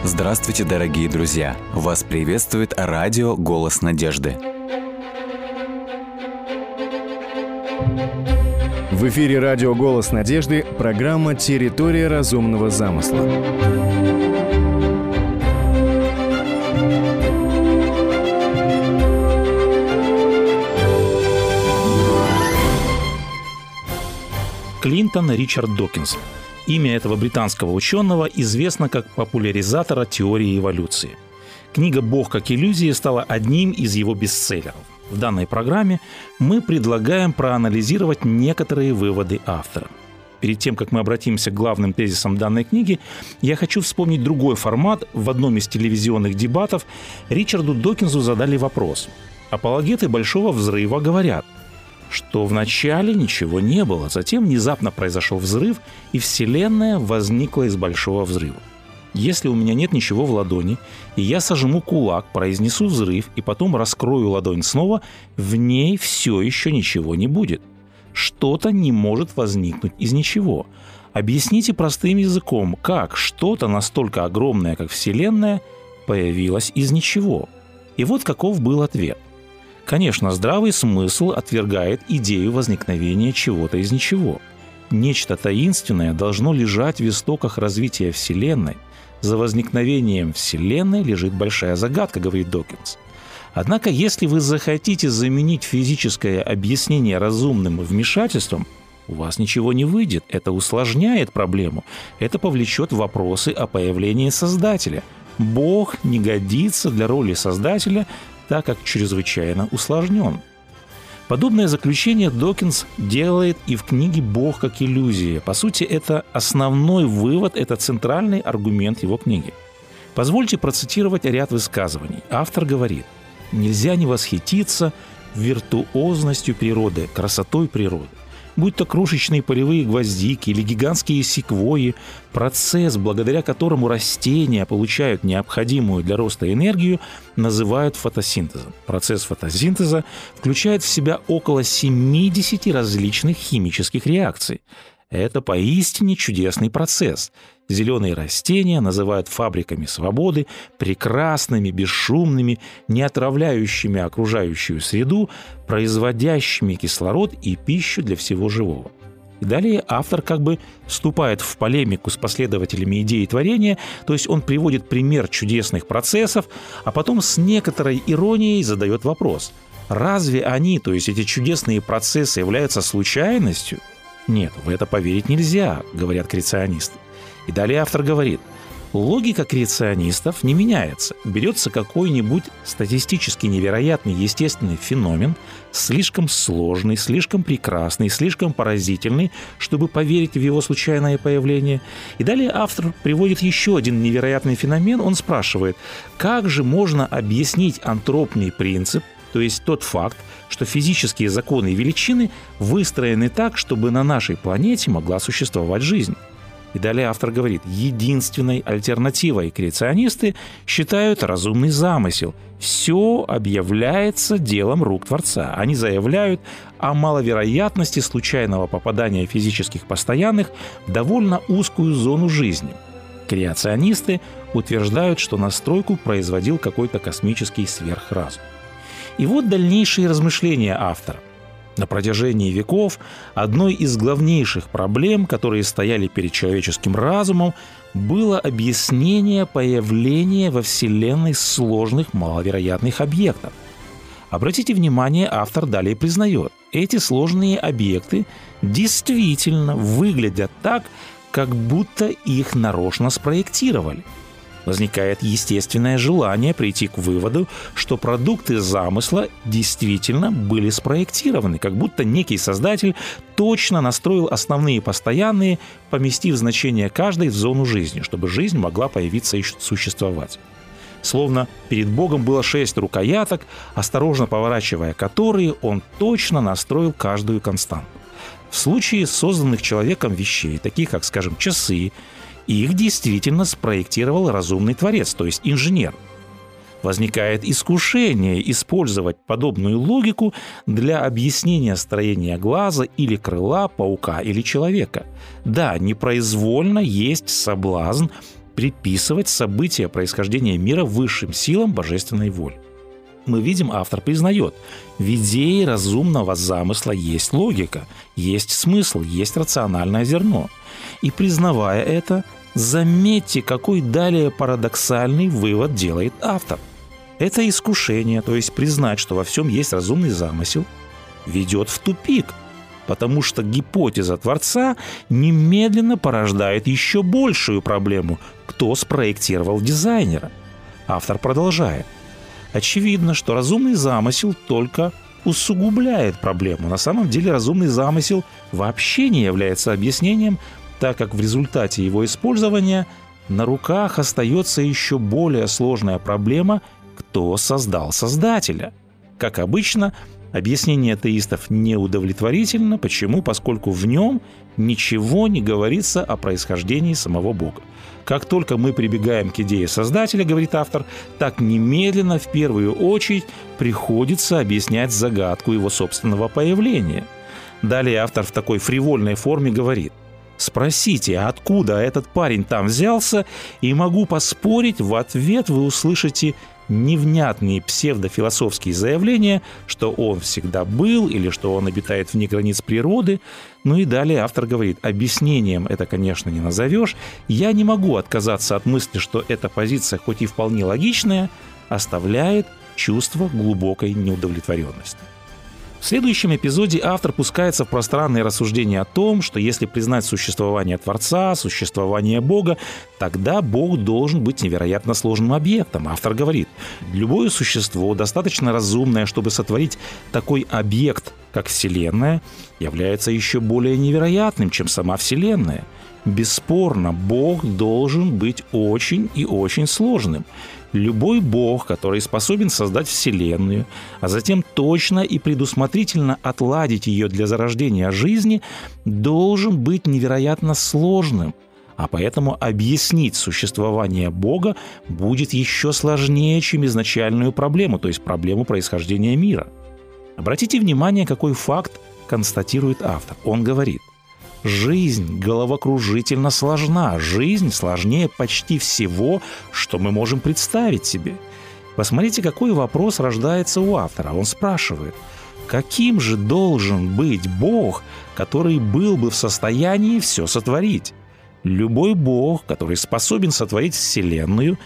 Здравствуйте, дорогие друзья! Вас приветствует радио «Голос надежды». В эфире радио «Голос надежды» программа «Территория разумного замысла». Клинтон Ричард Докинс. Имя этого британского ученого известно как популяризатора теории эволюции. Книга «Бог как иллюзия» стала одним из его бестселлеров. В данной программе мы предлагаем проанализировать некоторые выводы автора. Перед тем, как мы обратимся к главным тезисам данной книги, я хочу вспомнить другой формат. В одном из телевизионных дебатов Ричарду Докинсу задали вопрос. Апологеты Большого взрыва говорят, что вначале ничего не было, затем внезапно произошел взрыв, и Вселенная возникла из Большого взрыва. Если у меня нет ничего в ладони, и я сожму кулак, произнесу взрыв, и потом раскрою ладонь снова, в ней все еще ничего не будет. Что-то не может возникнуть из ничего. Объясните простым языком, как что-то настолько огромное, как Вселенная, появилось из ничего. И вот каков был ответ. Конечно, здравый смысл отвергает идею возникновения чего-то из ничего. Нечто таинственное должно лежать в истоках развития Вселенной. За возникновением Вселенной лежит большая загадка, говорит Докинс. Однако, если вы захотите заменить физическое объяснение разумным вмешательством, у вас ничего не выйдет. Это усложняет проблему. Это повлечет вопросы о появлении Создателя. Бог не годится для роли Создателя, так как чрезвычайно усложнен. Подобное заключение Докинс делает и в книге «Бог как иллюзия». По сути, это основной вывод, это центральный аргумент его книги. Позвольте процитировать ряд высказываний. Автор говорит: «Нельзя не восхититься виртуозностью природы, красотой природы. Будь то крошечные полевые гвоздики или гигантские секвойи, процесс, благодаря которому растения получают необходимую для роста энергию, называют фотосинтезом. Процесс фотосинтеза включает в себя около 70 различных химических реакций. Это поистине чудесный процесс. Зеленые растения называют фабриками свободы, прекрасными, бесшумными, не отравляющими окружающую среду, производящими кислород и пищу для всего живого». И далее автор как бы вступает в полемику с последователями идеи творения, то есть он приводит пример чудесных процессов, а потом с некоторой иронией задает вопрос: разве они, то есть эти чудесные процессы, являются случайностью? Нет, в это поверить нельзя, говорят креационисты. И далее автор говорит: логика креационистов не меняется. Берется какой-нибудь статистически невероятный естественный феномен, слишком сложный, слишком прекрасный, слишком поразительный, чтобы поверить в его случайное появление. И далее автор приводит еще один невероятный феномен. Он спрашивает, как же можно объяснить антропный принцип, то есть тот факт, что физические законы и величины выстроены так, чтобы на нашей планете могла существовать жизнь. И далее автор говорит: единственной альтернативой креационисты считают разумный замысел. Все объявляется делом рук Творца. Они заявляют о маловероятности случайного попадания физических постоянных в довольно узкую зону жизни. Креационисты утверждают, что настройку производил какой-то космический сверхразум. И вот дальнейшие размышления автора. На протяжении веков одной из главнейших проблем, которые стояли перед человеческим разумом, было объяснение появления во Вселенной сложных маловероятных объектов. Обратите внимание, автор далее признает, эти сложные объекты действительно выглядят так, как будто их нарочно спроектировали. Возникает естественное желание прийти к выводу, что продукты замысла действительно были спроектированы, как будто некий создатель точно настроил основные постоянные, поместив значение каждой в зону жизни, чтобы жизнь могла появиться и существовать. Словно перед Богом было 6 рукояток, осторожно поворачивая которые, он точно настроил каждую константу. В случае созданных человеком вещей, таких как, скажем, часы, их действительно спроектировал разумный творец, то есть инженер. Возникает искушение использовать подобную логику для объяснения строения глаза или крыла паука или человека. Да, непроизвольно есть соблазн приписывать события происхождения мира высшим силам божественной воли. Мы видим, автор признает, в идее разумного замысла есть логика, есть смысл, есть рациональное зерно. И признавая это, заметьте, какой далее парадоксальный вывод делает автор. Это искушение, то есть признать, что во всем есть разумный замысел, ведет в тупик, потому что гипотеза Творца немедленно порождает еще большую проблему – кто спроектировал дизайнера. Автор продолжает. Очевидно, что разумный замысел только усугубляет проблему. На самом деле разумный замысел вообще не является объяснением, так как в результате его использования на руках остается еще более сложная проблема – кто создал Создателя. Как обычно, объяснение атеистов неудовлетворительно. Почему? Поскольку в нем ничего не говорится о происхождении самого Бога. Как только мы прибегаем к идее Создателя, говорит автор, так немедленно в первую очередь приходится объяснять загадку его собственного появления. Далее автор в такой фривольной форме говорит: «Спросите, откуда этот парень там взялся, и могу поспорить, в ответ вы услышите невнятные псевдофилософские заявления, что он всегда был или что он обитает вне границ природы». Ну и далее автор говорит, объяснением это, конечно, не назовешь. Я не могу отказаться от мысли, что эта позиция, хоть и вполне логичная, оставляет чувство глубокой неудовлетворенности. В следующем эпизоде автор пускается в пространные рассуждения о том, что если признать существование Творца, существование Бога, тогда Бог должен быть невероятно сложным объектом. Автор говорит, любое существо, достаточно разумное, чтобы сотворить такой объект, как Вселенная, является еще более невероятным, чем сама Вселенная. Бесспорно, Бог должен быть очень и очень сложным. Любой Бог, который способен создать Вселенную, а затем точно и предусмотрительно отладить ее для зарождения жизни, должен быть невероятно сложным. А поэтому объяснить существование Бога будет еще сложнее, чем изначальную проблему, то есть проблему происхождения мира. Обратите внимание, какой факт констатирует автор. Он говорит: жизнь головокружительно сложна. Жизнь сложнее почти всего, что мы можем представить себе. Посмотрите, какой вопрос рождается у автора. Он спрашивает, каким же должен быть Бог, который был бы в состоянии все сотворить? Любой Бог, который способен сотворить Вселенную,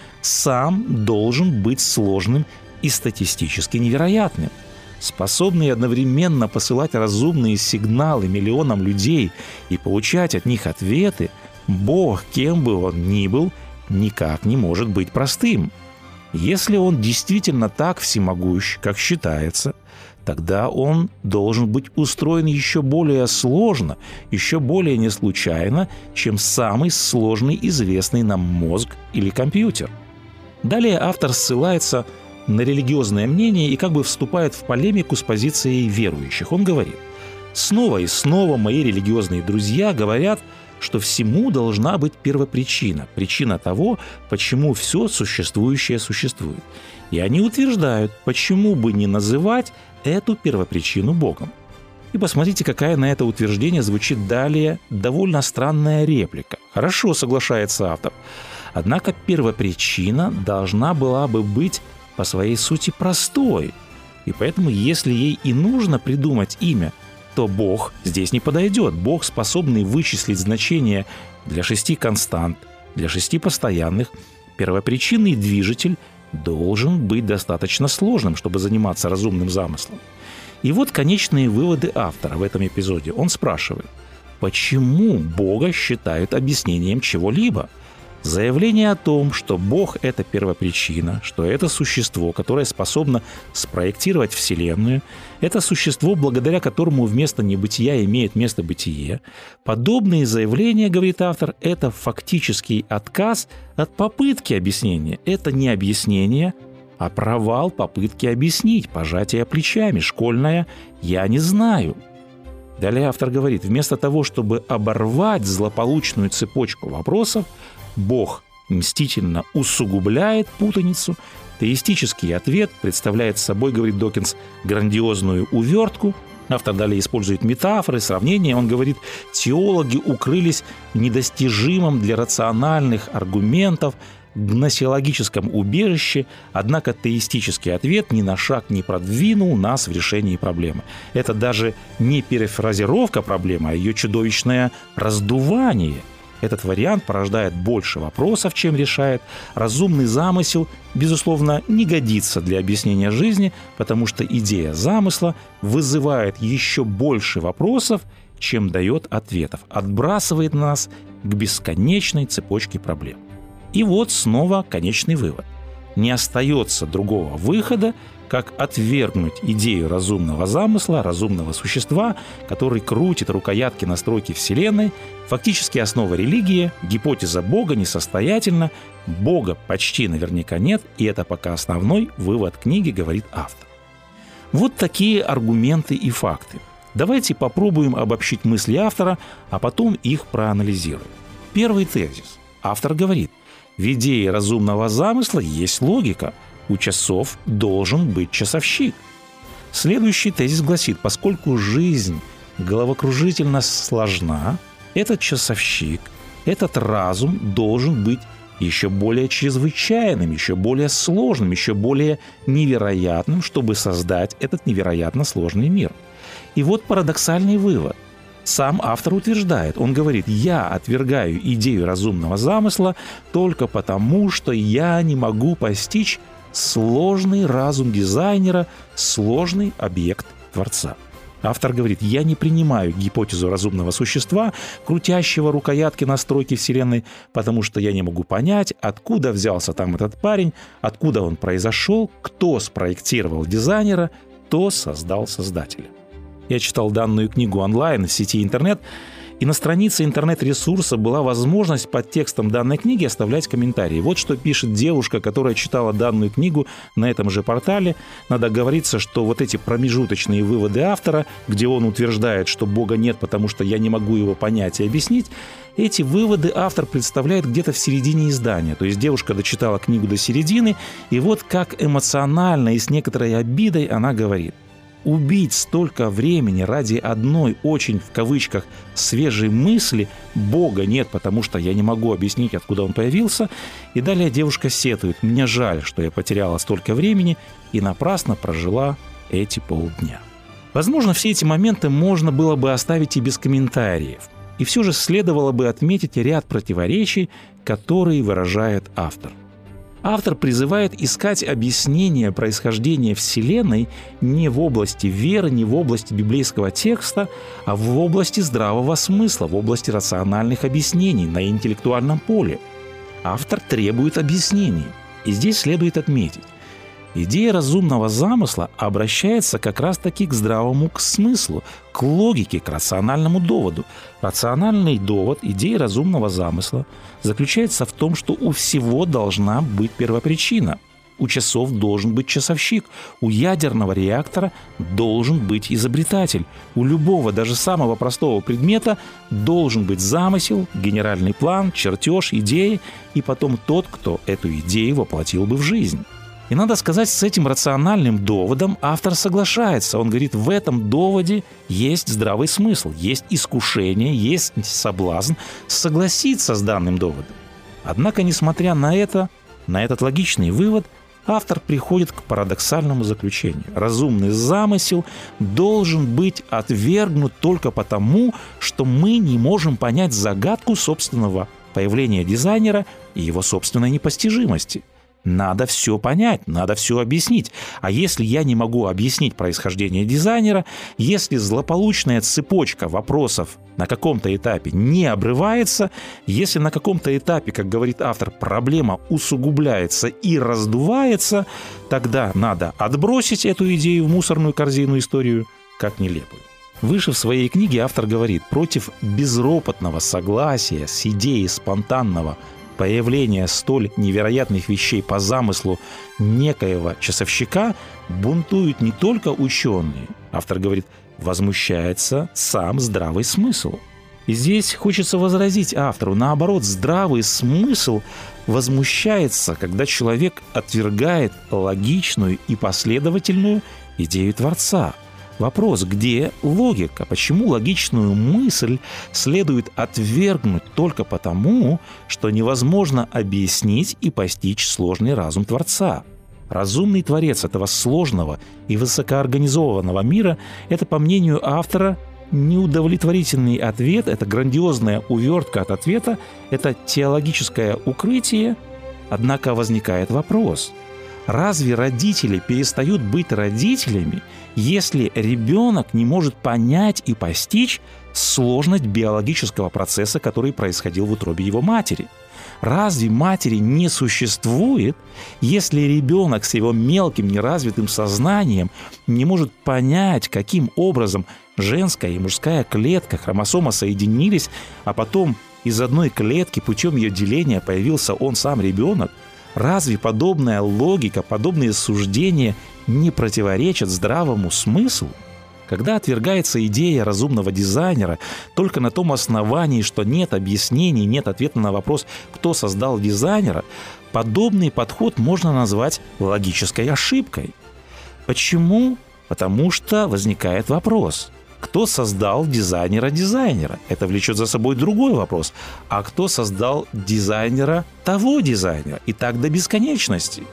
сам должен быть сложным и статистически невероятным. Способный одновременно посылать разумные сигналы миллионам людей и получать от них ответы, Бог, кем бы он ни был, никак не может быть простым. Если он действительно так всемогущ, как считается, тогда он должен быть устроен еще более сложно, еще более неслучайно, чем самый сложный известный нам мозг или компьютер. Далее автор ссылается на религиозное мнение и как бы вступает в полемику с позицией верующих. Он говорит: «Снова и снова мои религиозные друзья говорят, что всему должна быть первопричина, причина того, почему все существующее существует. И они утверждают, почему бы не называть эту первопричину Богом». И посмотрите, какая на это утверждение звучит далее довольно странная реплика. Хорошо, соглашается автор. Однако первопричина должна была бы быть по своей сути простой. И поэтому, если ей и нужно придумать имя, то Бог здесь не подойдет. Бог, способный вычислить значения для 6 констант, для 6 постоянных, первопричинный движитель должен быть достаточно сложным, чтобы заниматься разумным замыслом. И вот конечные выводы автора в этом эпизоде. Он спрашивает, почему Бога считают объяснением чего-либо? Заявление о том, что Бог – это первопричина, что это существо, которое способно спроектировать Вселенную, это существо, благодаря которому вместо небытия имеет место бытие. Подобные заявления, говорит автор, это фактический отказ от попытки объяснения. Это не объяснение, а провал попытки объяснить, пожатие плечами, школьное «я не знаю». Далее автор говорит, вместо того, чтобы оборвать злополучную цепочку вопросов, Бог мстительно усугубляет путаницу. Теистический ответ представляет собой, говорит Докинс, грандиозную увертку, Автор далее использует метафоры, сравнения. Он говорит, теологи укрылись в недостижимом для рациональных аргументов гносеологическом убежище, однако теистический ответ ни на шаг не продвинул нас в решении проблемы. Это даже не перефразировка проблемы, а ее чудовищное раздувание. Этот вариант порождает больше вопросов, чем решает. Разумный замысел, безусловно, не годится для объяснения жизни, потому что идея замысла вызывает еще больше вопросов, чем дает ответов, отбрасывает нас к бесконечной цепочке проблем. И вот снова конечный вывод. Не остается другого выхода, как отвергнуть идею разумного замысла, разумного существа, который крутит рукоятки настройки Вселенной. Фактически основа религии, гипотеза Бога несостоятельна, Бога почти наверняка нет, и это пока основной вывод книги, говорит автор. Вот такие аргументы и факты. Давайте попробуем обобщить мысли автора, а потом их проанализируем. Первый тезис. Автор говорит, в идее разумного замысла есть логика. У часов должен быть часовщик. Следующий тезис гласит, поскольку жизнь головокружительно сложна, этот часовщик, этот разум должен быть еще более чрезвычайным, еще более сложным, еще более невероятным, чтобы создать этот невероятно сложный мир. И вот парадоксальный вывод. Сам автор утверждает, он говорит, я отвергаю идею разумного замысла только потому, что я не могу постичь сложный разум дизайнера, сложный объект Творца. Автор говорит, я не принимаю гипотезу разумного существа, крутящего рукоятки настройки Вселенной, потому что я не могу понять, откуда взялся там этот парень, откуда он произошел, кто спроектировал дизайнера, кто создал создателя. Я читал данную книгу онлайн в сети интернет, и на странице интернет-ресурса была возможность под текстом данной книги оставлять комментарии. Вот что пишет девушка, которая читала данную книгу на этом же портале. Надо оговориться, что вот эти промежуточные выводы автора, где он утверждает, что Бога нет, потому что я не могу его понять и объяснить, эти выводы автор представляет где-то в середине издания. То есть девушка дочитала книгу до середины, и вот как эмоционально и с некоторой обидой она говорит. Убить столько времени ради одной очень, в кавычках, свежей мысли Бога нет, потому что я не могу объяснить, откуда он появился. И далее девушка сетует. Мне жаль, что я потеряла столько времени и напрасно прожила эти полдня. Возможно, все эти моменты можно было бы оставить и без комментариев. И все же следовало бы отметить ряд противоречий, которые выражает автор. Автор призывает искать объяснение происхождения Вселенной не в области веры, не в области библейского текста, а в области здравого смысла, в области рациональных объяснений на интеллектуальном поле. Автор требует объяснений. И здесь следует отметить, идея разумного замысла обращается как раз-таки к здравому смыслу, к логике, к рациональному доводу. Рациональный довод идеи разумного замысла заключается в том, что у всего должна быть первопричина. У часов должен быть часовщик, у ядерного реактора должен быть изобретатель, у любого, даже самого простого предмета должен быть замысел, генеральный план, чертеж, идеи, и потом тот, кто эту идею воплотил бы в жизнь. И надо сказать, с этим рациональным доводом автор соглашается. Он говорит, в этом доводе есть здравый смысл, есть искушение, есть соблазн согласиться с данным доводом. Однако, несмотря на этот логичный вывод, автор приходит к парадоксальному заключению. Разумный замысел должен быть отвергнут только потому, что мы не можем понять загадку собственного появления дизайнера и его собственной непостижимости. Надо все понять, надо все объяснить. А если я не могу объяснить происхождение дизайнера, если злополучная цепочка вопросов на каком-то этапе не обрывается, если на каком-то этапе, как говорит автор, проблема усугубляется и раздувается, тогда надо отбросить эту идею в мусорную корзину историю как нелепую. Выше в своей книге автор говорит, против безропотного согласия с идеей спонтанного появления столь невероятных вещей по замыслу некоего часовщика бунтуют не только ученые. Автор говорит, возмущается сам здравый смысл. И здесь хочется возразить автору. Наоборот, здравый смысл возмущается, когда человек отвергает логичную и последовательную идею Творца. Вопрос, где логика? Почему логичную мысль следует отвергнуть только потому, что невозможно объяснить и постичь сложный разум Творца? Разумный Творец этого сложного и высокоорганизованного мира – это, по мнению автора, неудовлетворительный ответ, это грандиозная увертка от ответа, это теологическое укрытие. Однако возникает вопрос – разве родители перестают быть родителями, если ребенок не может понять и постичь сложность биологического процесса, который происходил в утробе его матери? Разве матери не существует, если ребенок с его мелким неразвитым сознанием не может понять, каким образом женская и мужская клетка, хромосома соединились, а потом из одной клетки путем ее деления появился он сам ребенок? Разве подобная логика, подобные суждения не противоречат здравому смыслу? Когда отвергается идея разумного дизайнера только на том основании, что нет объяснений, нет ответа на вопрос, кто создал дизайнера, подобный подход можно назвать логической ошибкой. Почему? Потому что возникает вопрос – кто создал дизайнера? Это влечет за собой другой вопрос. А кто создал дизайнера того дизайнера? И так до бесконечности.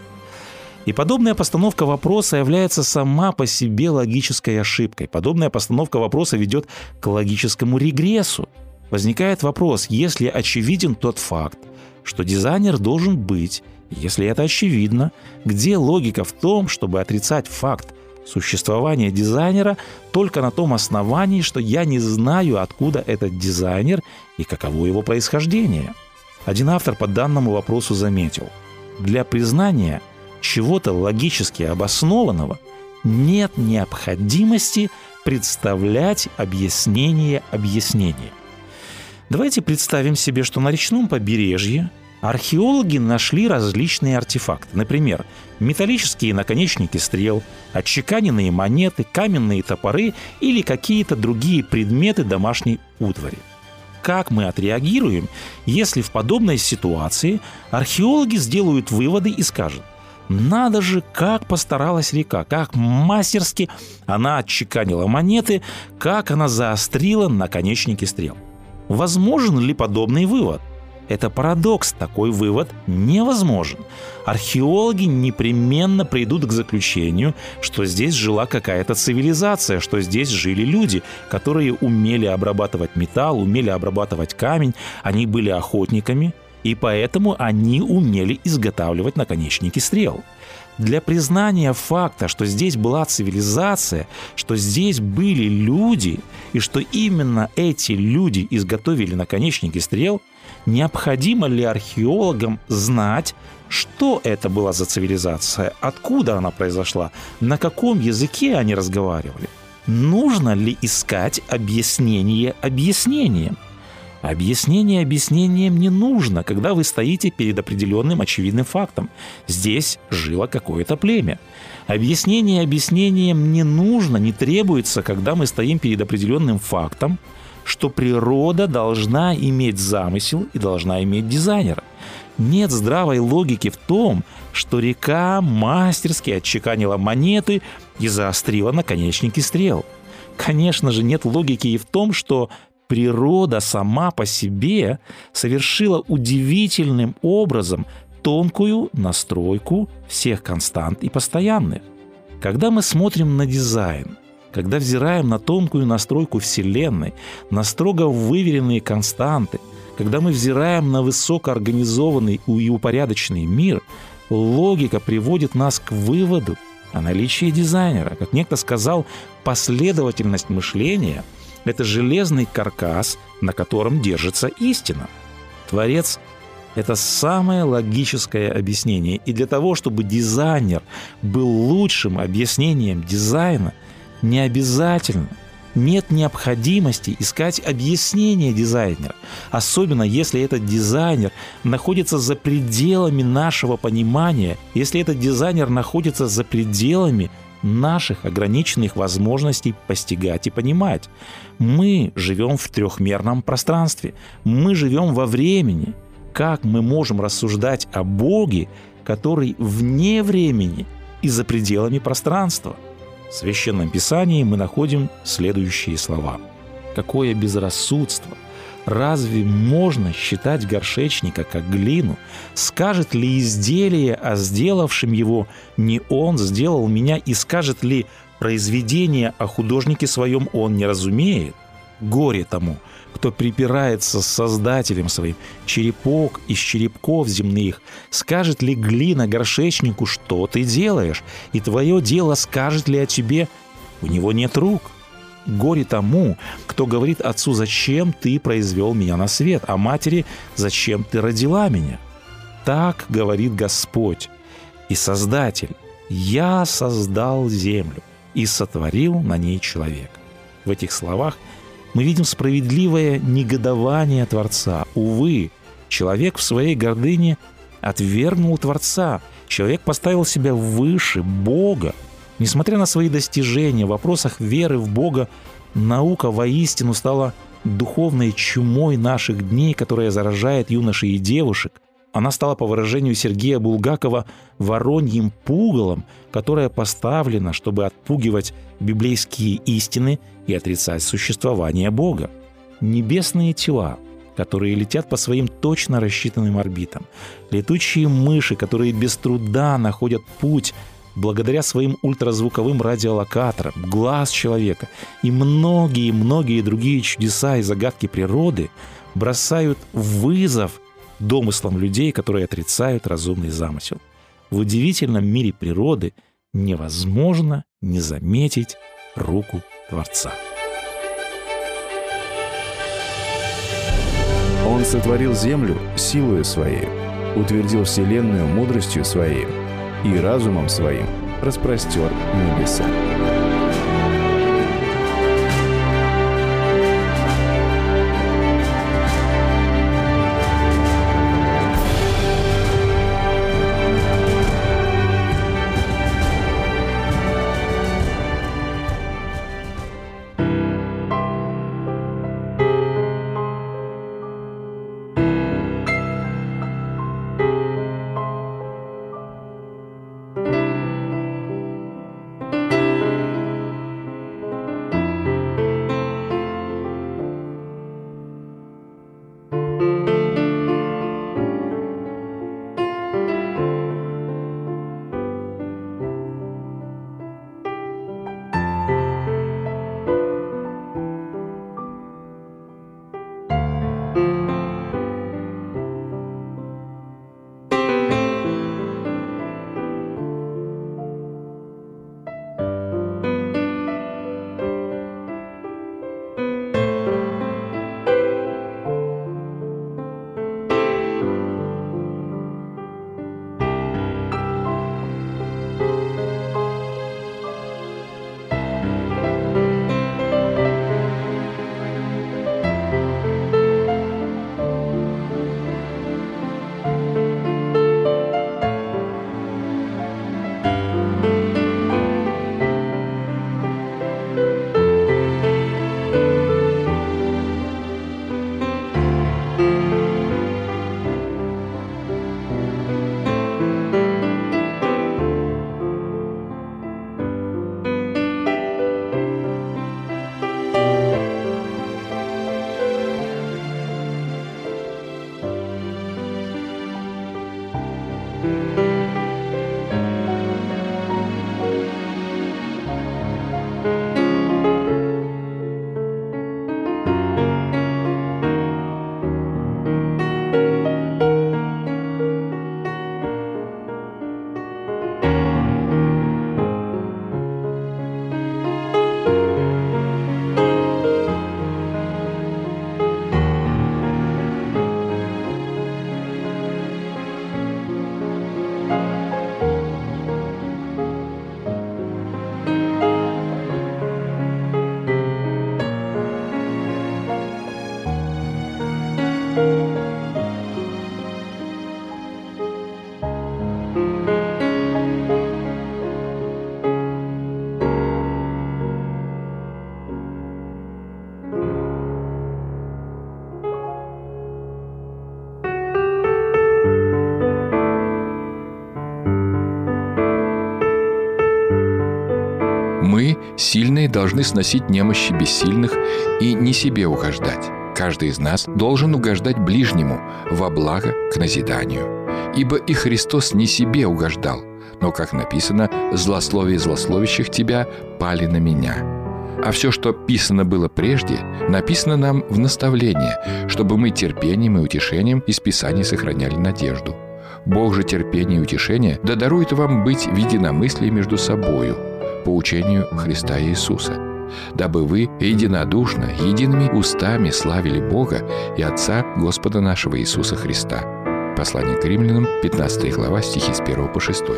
И подобная постановка вопроса является сама по себе логической ошибкой. Подобная постановка вопроса ведет к логическому регрессу. Возникает вопрос, если очевиден тот факт, что дизайнер должен быть, если это очевидно, где логика в том, чтобы отрицать факт существование дизайнера только на том основании, что я не знаю, откуда этот дизайнер и каково его происхождение. Один автор по данному вопросу заметил: для признания чего-то логически обоснованного нет необходимости представлять объяснение объяснения. Давайте представим себе, что на речном побережье археологи нашли различные артефакты. Например, металлические наконечники стрел, отчеканенные монеты, каменные топоры или какие-то другие предметы домашней утвари. Как мы отреагируем, если в подобной ситуации археологи сделают выводы и скажут: надо же, как постаралась река, как мастерски она отчеканила монеты, как она заострила наконечники стрел. Возможен ли подобный вывод? Это парадокс, такой вывод невозможен. Археологи непременно придут к заключению, что здесь жила какая-то цивилизация, что здесь жили люди, которые умели обрабатывать металл, умели обрабатывать камень, они были охотниками, и поэтому они умели изготавливать наконечники стрел. Для признания факта, что здесь была цивилизация, что здесь были люди, и что именно эти люди изготовили наконечники стрел, необходимо ли археологам знать, что это была за цивилизация, откуда она произошла, на каком языке они разговаривали? Нужно ли искать объяснение объяснением? Объяснение объяснением не нужно, когда вы стоите перед определенным очевидным фактом. Здесь жило какое-то племя. Объяснение объяснением не нужно, не требуется, когда мы стоим перед определенным фактом, что природа должна иметь замысел и должна иметь дизайнера. Нет здравой логики в том, что река мастерски отчеканила монеты и заострила наконечники стрел. Конечно же, нет логики и в том, что природа сама по себе совершила удивительным образом тонкую настройку всех констант и постоянных. Когда мы смотрим на дизайн, когда взираем на тонкую настройку Вселенной, на строго выверенные константы, когда мы взираем на высокоорганизованный и упорядоченный мир, логика приводит нас к выводу о наличии дизайнера. Как некто сказал, последовательность мышления – это железный каркас, на котором держится истина. Творец – это самое логическое объяснение. И для того, чтобы дизайнер был лучшим объяснением дизайна, не обязательно, нет необходимости искать объяснение дизайнера, особенно если этот дизайнер находится за пределами нашего понимания, если этот дизайнер находится за пределами наших ограниченных возможностей постигать и понимать. Мы живем в трехмерном пространстве, мы живем во времени. Как мы можем рассуждать о Боге, который вне времени и за пределами пространства? В Священном Писании мы находим следующие слова. «Какое безрассудство! Разве можно считать горшечника как глину? Скажет ли изделие о сделавшем его, не он сделал меня, и скажет ли произведение о художнике своем, он не разумеет? Горе тому, кто припирается с Создателем своим, черепок из черепков земных. Скажет ли глина горшечнику, что ты делаешь? И твое дело скажет ли о тебе, у него нет рук? Горе тому, кто говорит отцу, зачем ты произвел меня на свет, а матери, зачем ты родила меня? Так говорит Господь и Создатель. Я создал землю и сотворил на ней человека». В этих словах мы видим справедливое негодование Творца. Увы, человек в своей гордыне отвергнул Творца. Человек поставил себя выше Бога. Несмотря на свои достижения в вопросах веры в Бога, наука воистину стала духовной чумой наших дней, которая заражает юношей и девушек. Она стала, по выражению Сергея Булгакова, вороньим пугалом, которое поставлено, чтобы отпугивать библейские истины и отрицать существование Бога. Небесные тела, которые летят по своим точно рассчитанным орбитам, летучие мыши, которые без труда находят путь благодаря своим ультразвуковым радиолокаторам, глаз человека и многие другие чудеса и загадки природы бросают вызов домыслам людей, которые отрицают разумный замысел. В удивительном мире природы невозможно не заметить руку Творца. Он сотворил землю силою своей, утвердил вселенную мудростью своей и разумом своим распростер небеса. должны сносить немощи бессильных и не себе угождать. Каждый из нас должен угождать ближнему во благо к назиданию. Ибо и Христос не себе угождал, но, как написано, «злословие злословящих тебя пали на меня». А все, что писано было прежде, написано нам в наставление, чтобы мы терпением и утешением из Писаний сохраняли надежду. Бог же терпения и утешения да дарует вам быть в единомыслии между собою, по учению Христа Иисуса, дабы вы единодушно, едиными устами славили Бога и Отца Господа нашего Иисуса Христа. Послание к Римлянам, 15 глава, стихи с 1 по 6.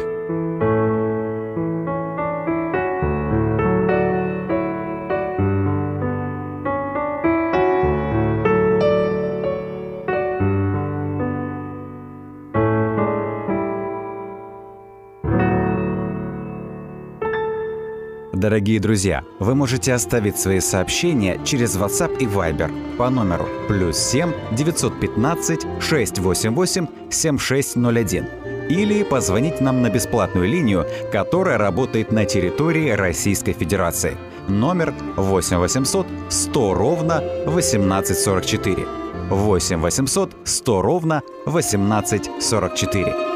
Дорогие друзья, вы можете оставить свои сообщения через WhatsApp и Viber по номеру +7 915 688 7601 или позвонить нам на бесплатную линию, которая работает на территории Российской Федерации. Номер 8 800 100 ровно 1844. 8 800 100 ровно 1844.